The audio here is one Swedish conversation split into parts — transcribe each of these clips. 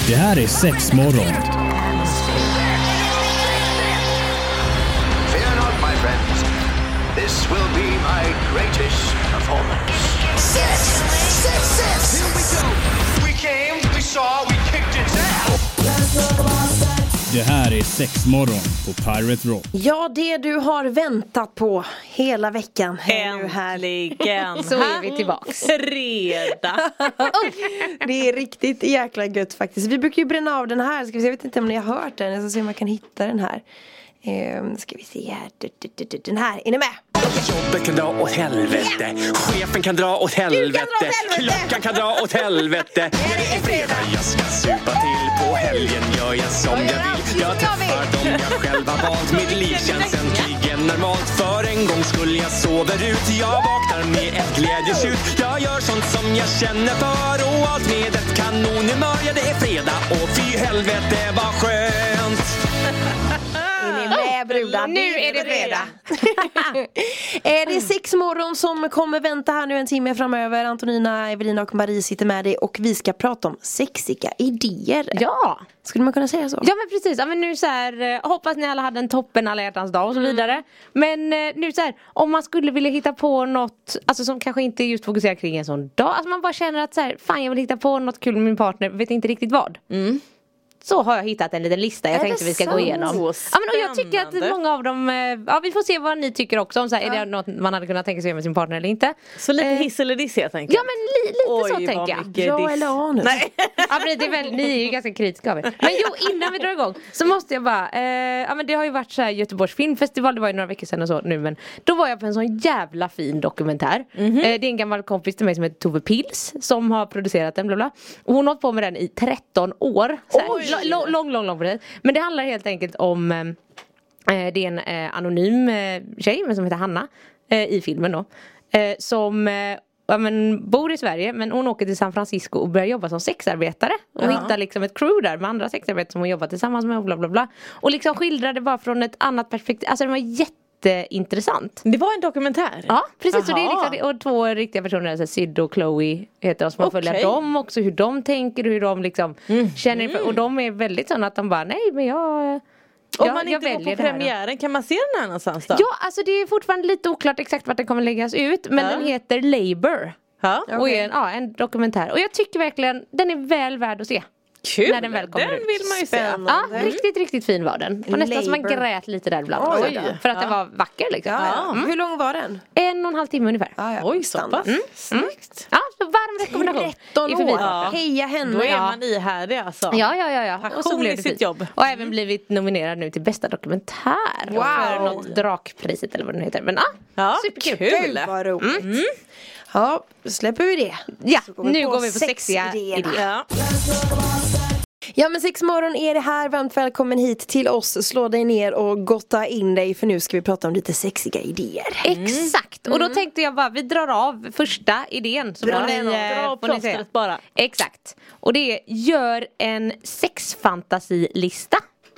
Det här är Sexmorgon. Fear not, my friends. This will be my greatest performance. Six! Here we go. We came, we saw, we kicked its ass. Det här är Sexmorgon på Pirate Rock. Ja, det du har väntat på hela veckan är nu här. Äntligen. Så är vi tillbaks. Fredag. Det är riktigt jäkla gött faktiskt. Vi brukar ju bränna av den här. Ska vi se, jag vet inte om ni har hört den. Jag ska se om man kan hitta den här. Ska vi se här. Den här, är ni med? Jobbet kan dra åt helvete. Chefen kan dra åt helvete. Klockan kan dra åt helvete. Det är fredag, jag ska supa till. På helgen gör jag som jag vill. Jag träffar dem jag själv har valt. Mitt liv känns äntligen normalt. För en gång skulle jag sover ut. Jag vaknar med ett glädjesut. Jag gör sånt som jag känner för. Och allt med ett kanonhumör. Ja, det är fredag och fy helvete vad skönt. Är ni med, brudar? Nu är det fredag. Det är Sexmorgon som kommer vänta här nu en timme framöver. Antonina, Evelina och Marie sitter med dig. Och vi ska prata om sexiga idéer. Ja. Skulle man kunna säga så? Ja, men precis. Ja, men nu så här, hoppas ni alla hade en toppen alla hjärtans dag och så vidare. Men nu så här, om man skulle vilja hitta på något, alltså som kanske inte just fokuserar kring en sån dag. Alltså man bara känner att så här, fan, jag vill hitta på något kul med min partner, vet inte riktigt vad. Så har jag hittat en liten lista jag tänkte vi ska gå igenom. Ja, men, och jag tycker att många av dem, ja, vi får se vad ni tycker också om så här, är det något man hade kunnat tänka sig med sin partner eller inte. Så lite hiss eller diss helt enkelt. Ja, men lite så tänker jag. Ja eller anus? Nej. Ja, men det är väl, ni är ju ganska kritiska av er. Men jo, innan vi drar igång så måste jag bara, ja men det har ju varit så här Göteborgs filmfestival, det var ju några veckor sedan och så nu, men då var jag på en sån jävla fin dokumentär. Det är en gammal kompis till mig som heter Tove Pils som har producerat den, bla bla. Och hon har hållit på med den i 13 år. Lång period. Men det handlar helt enkelt om det är en anonym tjej men som heter Hanna i filmen då. Som bor i Sverige, men hon åker till San Francisco och börjar jobba som sexarbetare och hittar liksom ett crew där med andra sexarbetare som hon jobbar tillsammans med och bla bla bla. Och liksom skildrar det bara från ett annat perspektiv. Alltså det var jätteintressant. Det var en dokumentär. Ja, precis. Så det är liksom, och två riktiga personer, alltså Sid och Chloe heter de, som man följer dem också, hur de tänker, hur de liksom känner inför, och de är väldigt sådana att de bara, nej men jag... Om man inte går på premiären, kan man se den här någonstans då? Ja, alltså det är fortfarande lite oklart exakt vart den kommer läggas ut, men den heter Labor. Och är en dokumentär. Och jag tycker verkligen, den är väl värd att se. Kul, när den väl kommer den ut. vill man ju se. Ja, riktigt fin var den. Och nästan som man grät lite där ibland. För att den var vacker liksom. Hur lång var den? 1,5 timme ungefär. Oj, så pass. Snyggt. Ja, så varm rekommendation. 13 år. Heja henne. Då är man ihärdig alltså. Ja. Och så blev det sitt jobb. Och även blivit nominerad nu till bästa dokumentär. Wow. För något drakpriset eller vad den heter. Men superkul. Gud vad roligt. Ja, släpper vi det. Ja, nu går vi på sexiga idéer. Ja, men Sexmorgon är det här. Varmt välkommen hit till oss. Slå dig ner och gotta in dig, för nu ska vi prata om lite sexiga idéer. Exakt, och då tänkte jag bara, vi drar av första idén. Så dra av plåstret bara. Exakt, och det är, gör en sexfantasilista.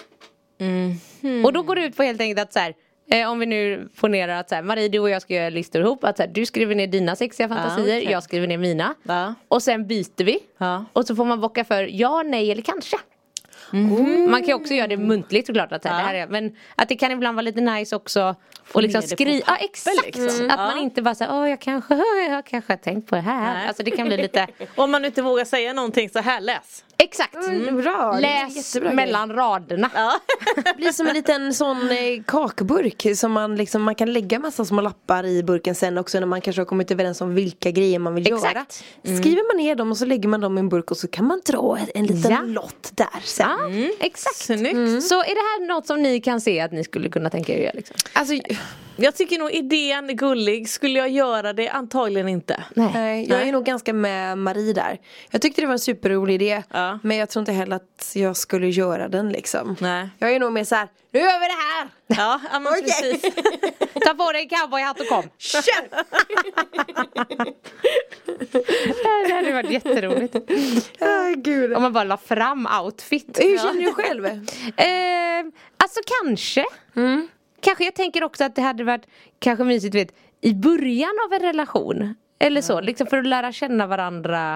Och då går det ut på helt enkelt att så här, om vi nu ponerar att så här, Marie, du och jag ska göra listor ihop, att så här, du skriver ner dina sexiga fantasier, jag skriver ner mina, och sen byter vi, och så får man bocka för ja, nej eller kanske. Man kan ju också göra det muntligt såklart att det här är, men att det kan ibland vara lite nice också och liksom skriva, exakt, liksom. Att man inte bara säger, jag kanske har tänkt på det här. Alltså det kan bli lite, om man inte vågar säga någonting så här, läs. Exakt. Bra. Läs mellan raderna. Det blir som en liten sån kakburk som man kan lägga massa små lappar i burken sen också, när man kanske har kommit överens om vilka grejer man vill göra. Skriver man ner dem och så lägger man dem i en burk och så kan man dra en liten lott där sen. Exakt. Snyggt. Så är det här något som ni kan se att ni skulle kunna tänka er göra liksom? Alltså, jag tycker nog idén är gullig. Skulle jag göra det? Antagligen inte. Nej, jag är nog ganska med Marie där. Jag tyckte det var en superrolig idé. Men jag tror inte heller att jag skulle göra den liksom. Nej. Jag är nog mer så här, nu gör vi det här! Ja, men precis. Ta på dig en cowboyhatt och kom. Kör! Det hade varit jätteroligt. Gud. Om man bara la fram outfit. Hur känner du själv? Alltså kanske. Kanske jag tänker också att det hade varit kanske mysigt, vet, i början av en relation. Eller så, liksom för att lära känna varandra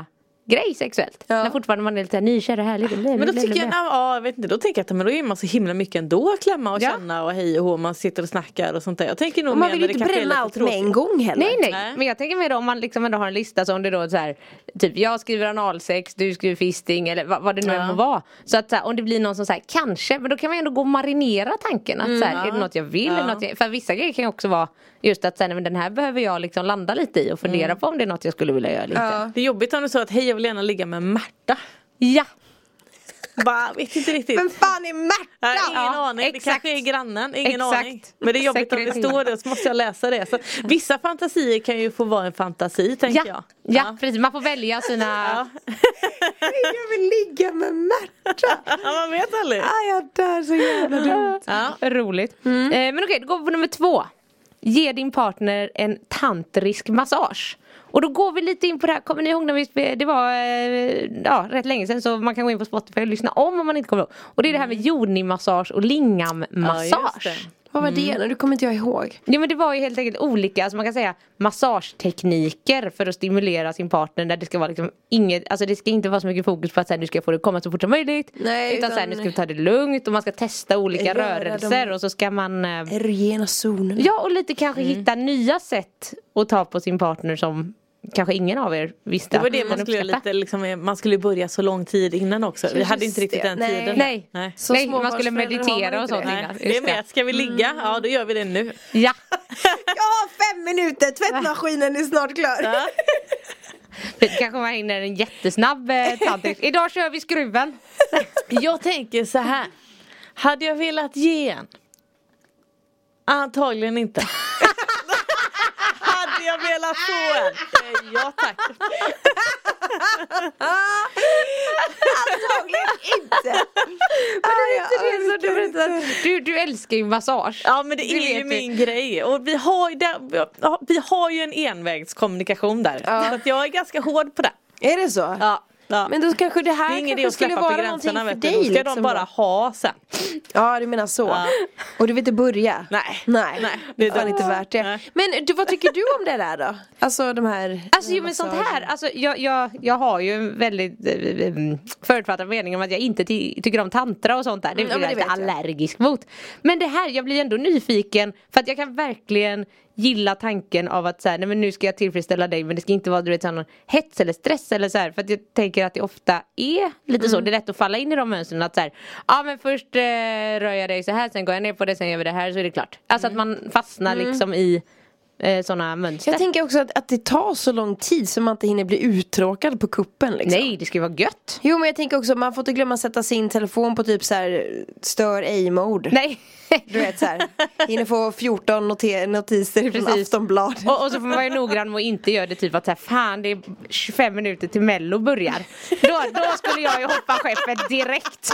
grej sexuellt. När fortfarande man är lite nykär och härligt. Men då tycker jag vet inte, då tänker jag att men då är man så himla mycket ändå att klämma och känna och hej och hå, man sitter och snackar och sånt där. Jag tänker nog och man vill ju inte bränna allt med en gång heller. Nej. Men jag tänker mer om man liksom ändå har en lista som det då så här, typ jag skriver analsex, du skriver fisting eller vad det nu än må vara. Så att så här, om det blir någon som säger kanske, men då kan man ändå gå och marinera tanken att så här, är det något jag vill eller något för vissa grejer kan ju också vara just att säga, men den här behöver jag liksom landa lite i och fundera på om det är något jag skulle vilja göra lite. Det är jobbigt om du sa att hej jag vill gärna ligga med Märta. Ja. Bara, vet inte riktigt. Vem fan är Märta? Ingen aning, exakt. det kanske är grannen, ingen Exakt. aning. Men det är jobbigt om det står det, så måste jag läsa det. Så vissa fantasier kan ju få vara en fantasi, tänker jag. Ja, precis, man får välja sina... Jag vill ligga med Märta. Man vet aldrig. Jag dör så jävla dumt. Roligt. Men okej, då går vi på nummer 2. Ge din partner en tantrisk massage. Och då går vi lite in på det här. Kommer ni ihåg när det var rätt länge sedan, så man kan gå in på Spotify och lyssna om man inte kommer ihåg. Och det är det här med jordningmassage och lingammassage. Vad var det? Du kommer inte jag ihåg. Ja, men det var ju helt enkelt olika, alltså man kan säga massagetekniker för att stimulera sin partner, där det ska vara liksom inget, alltså det ska inte vara så mycket fokus på att säga, nu ska jag få det komma så fort som möjligt. Nej, utan så här, nu ska vi ta det lugnt och man ska testa olika rörelser och så ska man erogena zonen. ja, och lite kanske hitta nya sätt att ta på sin partner som kanske ingen av er visste. Det var det man skulle göra lite, liksom, man skulle börja så lång tid innan också. Vi hade inte riktigt den tiden. Nej. Så man skulle meditera och sånt innan. Det är med, ska vi ligga? Ja, då gör vi det nu. Ja. Jag har 5 minuter, tvättmaskinen är snart klar. Det kanske man hinner en jättesnabb tantrisk. Idag kör vi skruven. Jag tänker så här. Hade jag velat ge en? Antagligen inte. Hade jag velat få en? Ja tack. Antagligen inte. Du älskar ju massage. Ja, men det är ju min grej. Och vi har ju en envägskommunikation där. Så att jag är ganska hård på det. Är det så? Ja. Men då kanske det här det är ingen idé kanske att skulle släppa på vara någonting gränserna, för vet du. dig. Då ska liksom. de bara ha sen. Ja, du menar så. Och du vill inte börja? Nej. Det är fan inte värt det. Nej. Men vad tycker du om det där då? Alltså de här... Alltså jo, men sånt här, alltså, jag har ju en väldigt förutfattad mening om att jag inte tycker om tantra och sånt där. Det är jag lite allergisk mot. Men det här, jag blir ändå nyfiken, för att jag kan verkligen gilla tanken av att så här, nej men nu ska jag tillfredsställa dig, men det ska inte vara, du vet, någon hets eller stress eller så här, för att jag tänker att det ofta är lite så, det är lätt att falla in i de mönstren att så här, ja men först rör jag dig så här, sen går jag ner på det, sen gör vi det här, så är det klart. Alltså att man fastnar liksom i sådana mönster. Jag tänker också att det tar så lång tid så man inte hinner bli uttråkad på kuppen liksom. Nej, det ska ju vara gött. Jo, men jag tänker också, man får inte glömma att sätta sin telefon på typ så här stör ej-mode. Nej. Du vet så här, hinner få 14 notiser från Aftonbladet. Och så får man vara noggrann med att inte göra det typ att så här, fan det är 25 minuter till Mello börjar. Då skulle jag ju hoppa skeppet direkt.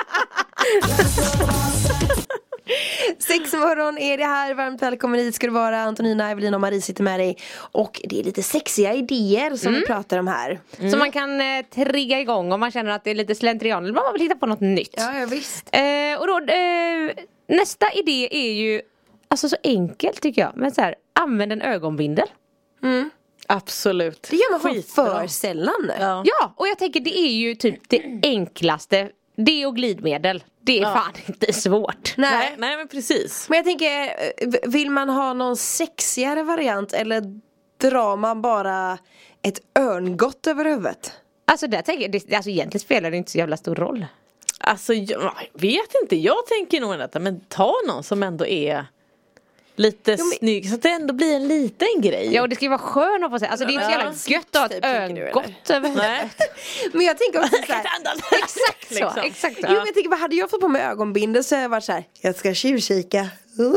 Sexmorgon är det här, varmt välkommen hit ska du vara. Antonina, Evelina och Marie sitter med dig. Och det är lite sexiga idéer som vi pratar om här. Så man kan trigga igång om man känner att det är lite slentrian eller man vill hitta på något nytt. Ja, visst. Och då, nästa idé är ju alltså så enkelt tycker jag. Men så här, använd en ögonbindel. Absolut. Det gör man för sällan. Ja, och jag tänker det är ju typ det enklaste. Det och glidmedel. Det är fan inte svårt. Nej, men precis. Men jag tänker, vill man ha någon sexigare variant eller drar man bara ett örngott över huvudet? Alltså där tänker jag, alltså egentligen spelar det inte så jävla stor roll. Alltså jag vet inte, jag tänker nog att men ta någon som ändå är lite snygg så att det ändå blir en liten grej. Ja, och det ska ju vara skön att få säga. Alltså det är inte så jävla gött att ha ett öngott över huvudet. Men jag tänker också så här, exakt så, liksom. exakt så. Jo, men jag tänker, vad hade jag fått på mig ögonbindel så hade jag varit så här, jag ska tjuvkika.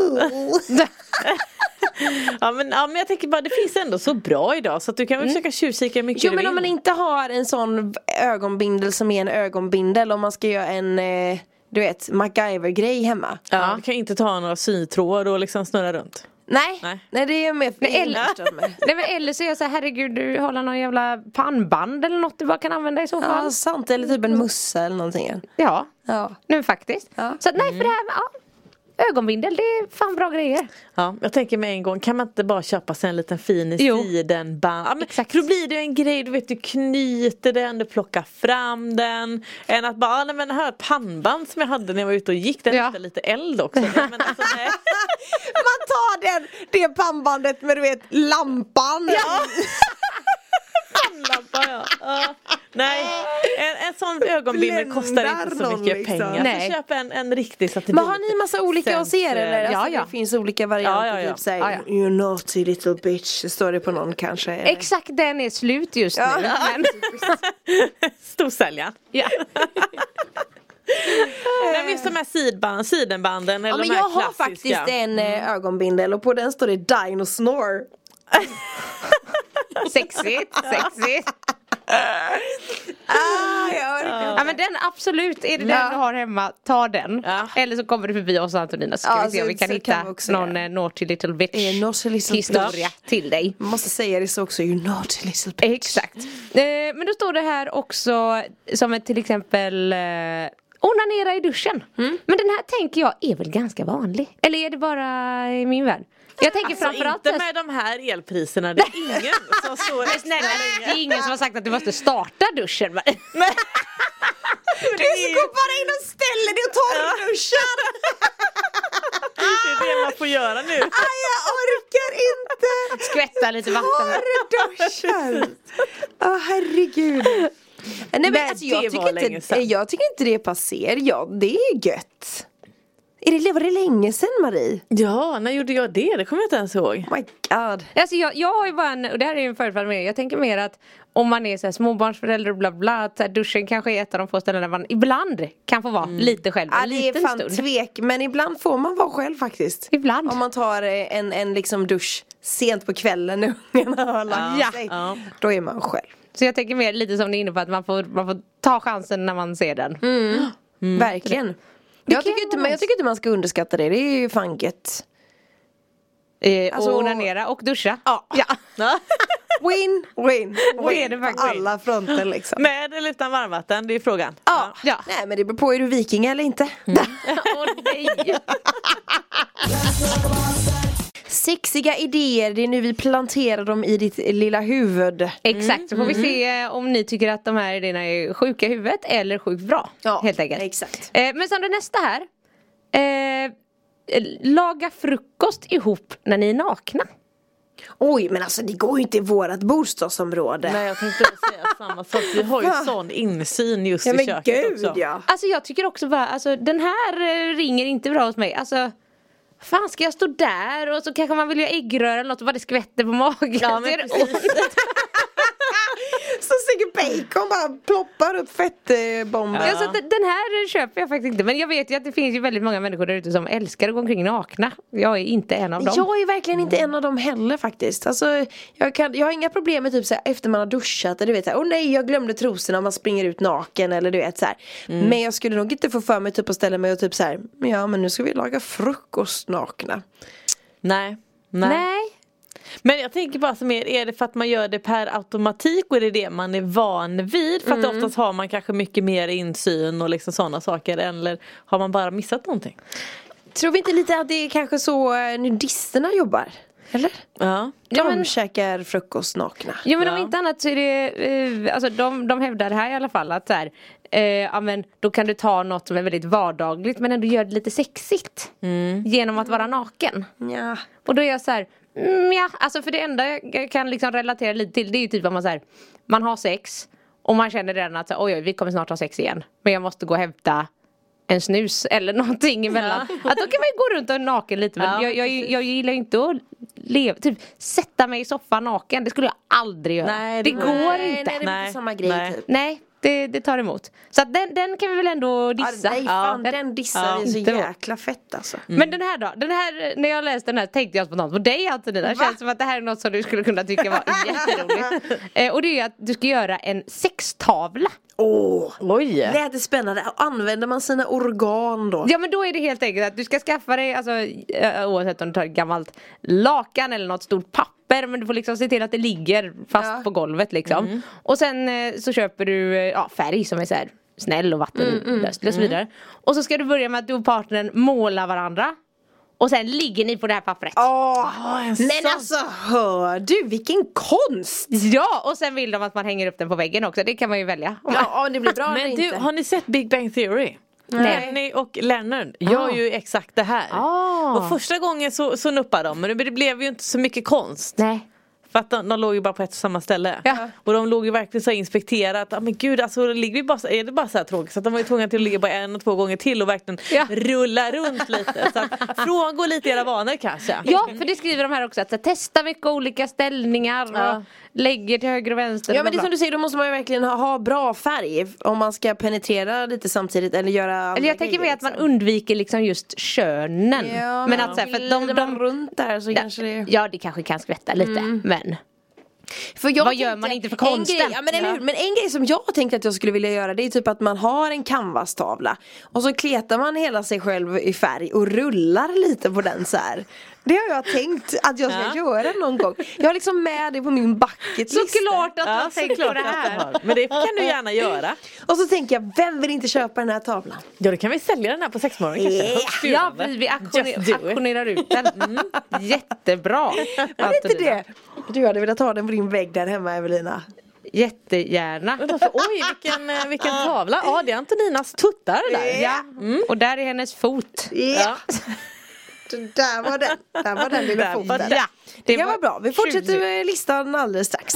Ja, men jag tänker bara, det finns ändå så bra idag så att du kan väl försöka tjuvkika mycket Jo, du men vill. om man inte har en sån ögonbindel som är en ögonbindel, om man ska göra en du vet, MacGyver-grej hemma. Ja, du kan inte ta några sytråd och liksom snurra runt. Nej, det är jag med. Nej, men eller så är jag så här, herregud, du håller någon jävla pannband eller något du bara kan använda i så fall. Ja, sant, eller typ en mussa eller någonting. Ja. Ja. Nu faktiskt. Ja. Så att, nej, för det här med, ögonbindel, det är fan bra grejer. Ja, jag tänker med en gång, kan man inte bara köpa sig en liten fin i sidenband? Ja, men exakt. För då blir det en grej, du vet, du knyter den, du plockar fram den. Än att bara, nej men här pannband som jag hade när jag var ute och gick, den hittade lite eld också. Nej, men alltså, nej. Man tar det pannbandet med, du vet, lampan. Ja. Lampa, ja. Nej, en sån ögonbindel kostar inte så mycket liksom. pengar. Nej. Så köp en riktig så att det Men blir har ni lite massa olika hos er eller? Alltså, Ja. Det finns olika varianter, Ja. typ såhär, you naughty little bitch, står det på någon kanske. Eller? Exakt, den är slut just nu. Men, storsäljaren. ja. Nej, men just de här sidenbanden eller Ja, men de här jag har klassiska. faktiskt en ögonbindel och på den står det Dino Snore. Sexigt. Ja, men den absolut, är det den du har hemma, ta den. Ja. Eller så kommer du förbi oss och Antonina, så ska vi se om vi kan så hitta kan vi också någon göra. naughty little bitch Naughty little historia bitch. till dig. Man måste säga det så också, you naughty little bitch. Exakt. Men då står det här också som ett till exempel onanera i duschen. Men den här tänker jag är väl ganska vanlig. Eller är det bara i min värld? Jag tänker framförallt inte med de här elpriserna. Det är ingen som står extra snälla, det är länge. ingen som har sagt att du måste starta duschen. Du ska gå bara in och ställa dig och torrduschar. Det är det man får göra nu. Aj, jag orkar inte. Skvätta lite vatten. Torrduschar. Herregud. Nej, men alltså, jag tycker inte det är passer. Ja, det är gött. Var det länge sedan, Marie? Ja, när gjorde jag det? Det kommer jag inte ens ihåg. Oh my god. Alltså jag har ju bara och det här är ju en förfall med. Jag tänker mer att om man är så här småbarnsförälder och bla bla, att så här, duschen kanske är ett av de få ställen där man ibland kan få vara lite själv. Ja, En det är liten fan stund. tvek. Men ibland får man vara själv faktiskt. Ibland. Om man tar en liksom dusch sent på kvällen när ungarna har lagt sig. Ja. Då är man själv. Så jag tänker mer lite som ni är inne på att man får ta chansen när man ser den. Verkligen. Jag tycker inte man ska underskatta det. Det är ju fan gött. Alltså- Och onanera och duscha. Ja. Win. Det är det på faktiskt. alla fronter liksom. Med eller utan varmvatten, det är frågan. Ja. Ja. Nej, men det beror på, är du viking eller inte? Åh nej. Sexiga idéer, det är nu vi planterar dem i ditt lilla huvud. Exakt, så får vi se om ni tycker att de här idéerna är sjuka i huvudet eller sjukt bra. Ja, helt enkelt. exakt. Men sen det nästa här. Laga frukost ihop när ni är nakna. Oj, men alltså det går ju inte i vårat bostadsområde. Nej, jag tänkte säga samma sak. Vi har ju sån insyn just Ja, i men köket gud också. ja. Alltså jag tycker också bara, alltså den här ringer inte bra hos mig. Alltså, fan ska jag stå där och så kanske man vill göra äggröra eller något och bara det skvätter på magen. Ja, men Så är det precis. Så säkert bacon bara ploppar upp fettbomber. Ja, så att den här köper jag faktiskt inte. Men jag vet ju att det finns ju väldigt många människor där ute som älskar att gå omkring nakna. Jag är inte en av dem. Jag är verkligen inte en av dem heller faktiskt. Alltså, jag har inga problem med typ så här, efter man har duschat och du vet såhär, åh nej jag glömde trosorna och man springer ut naken eller du vet så här. Men jag skulle nog inte få för mig typ att ställa mig och typ så här, ja men nu ska vi laga frukost nakna. Nej. Nej. Men jag tänker bara som är det för att man gör det per automatik och är det det man är van vid? För att oftast har man kanske mycket mer insyn och liksom sådana saker. Eller har man bara missat någonting? Tror vi inte lite att det är kanske så nudisterna jobbar? Eller? Ja. De käkar frukost nakna. Jo men om inte annat så är det alltså de hävdar här i alla fall att så här, ja men då kan du ta något som är väldigt vardagligt men ändå gör det lite sexigt genom att vara naken. Ja. Och då är jag så här, ja, alltså för det enda jag kan liksom relatera lite till det är ju typ att man så här, man har sex och man känner redan att så, oj vi kommer snart ha sex igen men jag måste gå och hämta en snus eller någonting emellan. Att då kan man ju gå runt och naken lite men jag gillar ju inte att typ sätta mig i soffan naken. Det skulle jag aldrig göra. Nej, det går inte. Nej, det är inte samma grej Nej. typ. Nej, det tar emot. Så att den kan vi väl ändå dissa. Nej, fan, den dissar vi så inte jäkla fett alltså. Men den här då? Den här, när jag läste den här tänkte jag spontant på dig Antonina. Det känns som att det här är något som du skulle kunna tycka var jätteroligt. Och det är ju att du ska göra en sextavla. Oj. Lät det spännande. Använder man sina organ då? Ja men då är det helt enkelt att du ska skaffa dig, alltså, oavsett om du tar ett gammalt lakan eller något stort papper. Men du får liksom se till att det ligger fast på golvet liksom. Och sen så köper du färg som är så här snäll och vattenlös och så vidare. Och så ska du börja med att du och partnern målar varandra Och sen ligger ni på det här pappret. Men alltså hör du, vilken konst! Ja, och sen vill de att man hänger upp den på väggen också. Det kan man ju välja. Ja, det blir bra eller Men du, inte. har ni sett Big Bang Theory? Penny och Leonard gör ju exakt det här. Och första gången så nuppade de, men det blev ju inte så mycket konst. Nej. För att de låg ju bara på ett och samma ställe. Ja. Och de låg ju verkligen så inspekterat. Men gud, alltså ligger vi bara, är det bara så här tråkigt? Så att de var ju tvungna till att ligga bara 1 och 2 gånger till och verkligen rulla runt lite. Så att frångå lite era vanor kanske. Ja, för det skriver de här också. Att testa mycket olika ställningar och lägger till höger och vänster. Ja, men det är som du säger, då måste man ju verkligen ha bra färg om man ska penetrera lite samtidigt eller göra. Eller jag tänker mer att man undviker liksom just könen. Ja, men att så här, för de runt där så kanske det. Ja, det kanske kan skvätta lite, men För vad gör man inte för konsten? Men en grej som jag tänkte att jag skulle vilja göra, det är typ att man har en canvastavla och så kletar man hela sig själv i färg och rullar lite på den så här. Det har jag tänkt att jag ska göra någon gång. Jag har liksom med det på min bucket. Såklart att man tänker på det här. Men det kan du gärna göra. Och så tänker jag, vem vill inte köpa den här tavlan? Ja, då kan vi sälja den här på Sexmorgon kanske. Ja, vi auktionerar ut den. Jättebra. Men inte det. Du hade velat ha den på din vägg där hemma, Evelina. Jättegärna. Oj, vilken tavla. Ja, det är Antoninas tuttar där. Ja. Och där är hennes fot. Ja. Där var den lilla foten. Ja, det kan vara bra. Vi fortsätter med listan alldeles strax.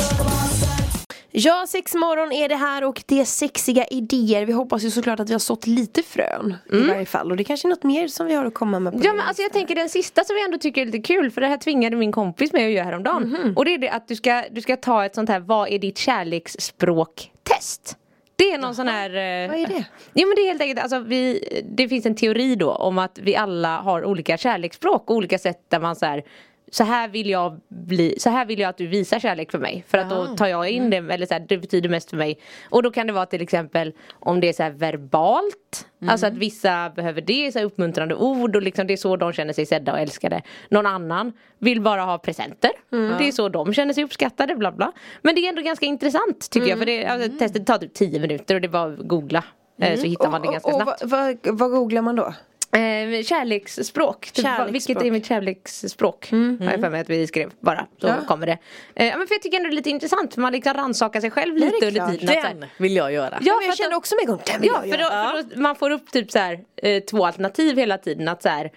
Ja, Sexmorgon är det här och det är sexiga idéer. Vi hoppas ju såklart att vi har sått lite frön i varje fall. Och det är kanske är något mer som vi har att komma med på. Ja, men alltså jag tänker den sista som vi ändå tycker är lite kul. För det här tvingade min kompis med att göra häromdagen. Och det är det att du ska ta ett sånt här, vad är ditt kärleksspråk-test. Det är någon sån här. Vad är det? Ja, men det är helt enkelt, alltså det finns en teori då om att vi alla har olika kärleksspråk och olika sätt där man så här vill jag att du visar kärlek för mig. För att då tar jag in det, eller så här, det betyder mest för mig. Och då kan det vara till exempel om det är så här verbalt. Alltså att vissa behöver det, så här uppmuntrande ord. Och liksom det är så de känner sig sedda och älskade. Någon annan vill bara ha presenter. Det är så de känner sig uppskattade, bla bla. Men det är ändå ganska intressant tycker jag. För det, testet tar typ 10 minuter och det är bara att googla. Så hittar man det ganska snabbt. Vad googlar man då? Kärleksspråk. Vilket är mitt kärleksspråk? Har jag för mig att vi skrev bara. Så kommer det. Men för jag tycker ändå det är lite intressant. För man liksom rannsakar sig själv lite under tiden. Den vill jag göra. Ja, men jag känner också med gång. För då man får upp typ så här 2 alternativ hela tiden. Att så här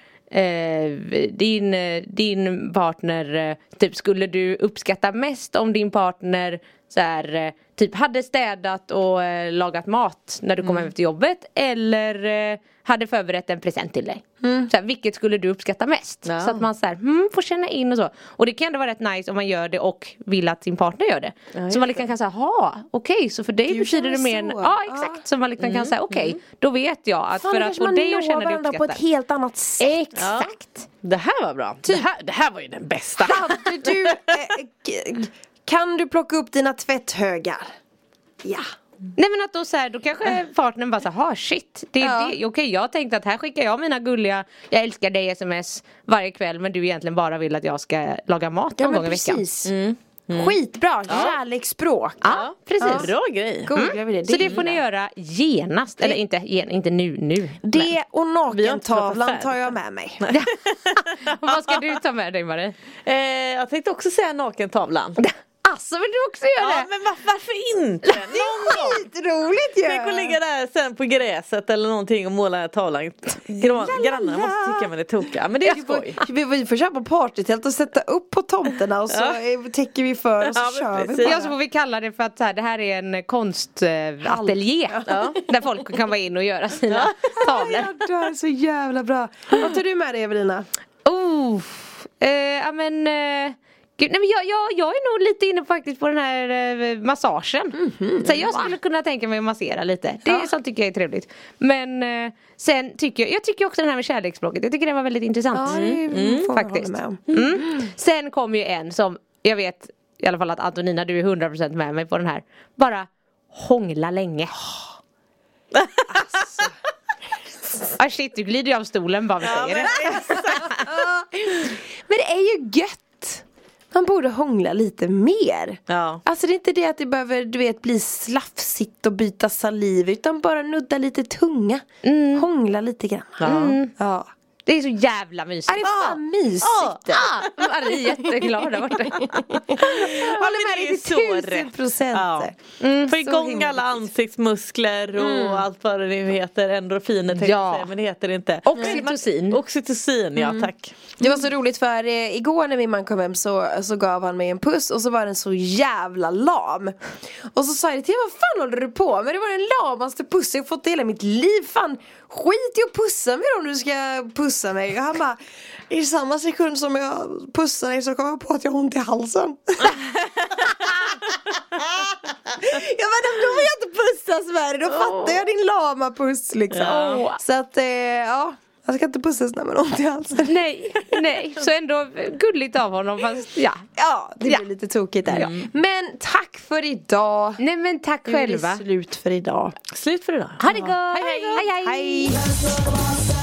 din partner typ, skulle du uppskatta mest om din partner så här, typ hade städat och lagat mat när du kom hem efter jobbet, eller hade förberett en present till dig. Så här, vilket skulle du uppskatta mest? Så att man så här, får känna in och så. Och det kan ändå vara rätt nice om man gör det och vill att sin partner gör det. Så man liksom kan säga, okej, så för dig betyder det mer än, exakt. Så man liksom kan säga, okej, då vet jag att för att få dig att känna dig uppskattad på ett helt annat sätt. Exakt. Det här var bra. Det här var ju den bästa. Hade du kan du plocka upp dina tvätthögar? Ja. Nej, men att då så här, då kanske partnern bara så här, shit, det är det. Okej, jag tänkte att här skickar jag mina gulliga, jag älskar dig sms varje kväll, men du egentligen bara vill att jag ska laga mat någon gång i veckan. Skitbra, kärleksspråk. Ja, precis. Bra grej. Så det får ni göra genast. Eller inte nu. Det och nakentavlan tar jag med mig. Vad ska du ta med dig, Marie? Jag tänkte också säga nakentavlan. Alltså, vill du också göra det? Ja, men varför inte? Det är skitroligt ju. Tänk att ligga där sen på gräset eller någonting och måla den här tavlan. Grannarna måste tycka man är tokiga. Men det är skoj. Vi får köpa partytält och sätta upp på tomterna och så täcker vi för och så kör vi bara. Ja, så får vi kalla det för att det här är en konstateljé. Där folk kan vara in och göra sina tavlor. Det är så jävla bra. Vad tar du med dig, Evelina? Gud, nej, men jag är nog lite inne faktiskt på den här massagen. Så jag skulle kunna tänka mig att massera lite. Det är sånt tycker jag är trevligt. Men sen tycker jag också den här med kärleksspråket. Jag tycker det var väldigt intressant. Faktiskt. Sen kom ju en som jag vet i alla fall att Antonina, du är 100% med mig på den här. Bara hångla länge. Shit, du glider ju av stolen bara vi säger det. Men det är ju gött. Man borde hångla lite mer. Ja. Alltså det är inte det att det behöver, du vet, bli slafsigt och byta saliv, utan bara nudda lite tunga. Hångla lite grann. Ja. Det är så jävla mysigt. Det är fan mysigt. Marie är jätteglad där borta. Håller med dig till 1000%. Få igång alla ansiktsmuskler och allt vad det nu heter. Endorfiner tänkte jag säga, men det heter det inte. Oxytocin, ja tack. Det var så roligt för igår när min man kom hem så gav han mig en puss och så var den så jävla lam. Och så sa jag till honom, vad fan håller du på med? Det var den lamaste puss jag fått i hela mitt liv. Fan, skit i att pussa mig om du ska pussa mig. Och han bara, i samma sekund som jag pussar dig så kom jag på att jag har ont i halsen. Ja, men då vill jag inte pussas med dig. Då fattar jag din lama puss liksom. Så att, jag ska inte pussas när man har ont i halsen. Nej, så ändå gulligt av honom fast Ja, det blir lite tokigt där. Men tack för idag. Nej men tack själva. Slut för idag. Slut för idag. Ha det gott. Hej. Hej.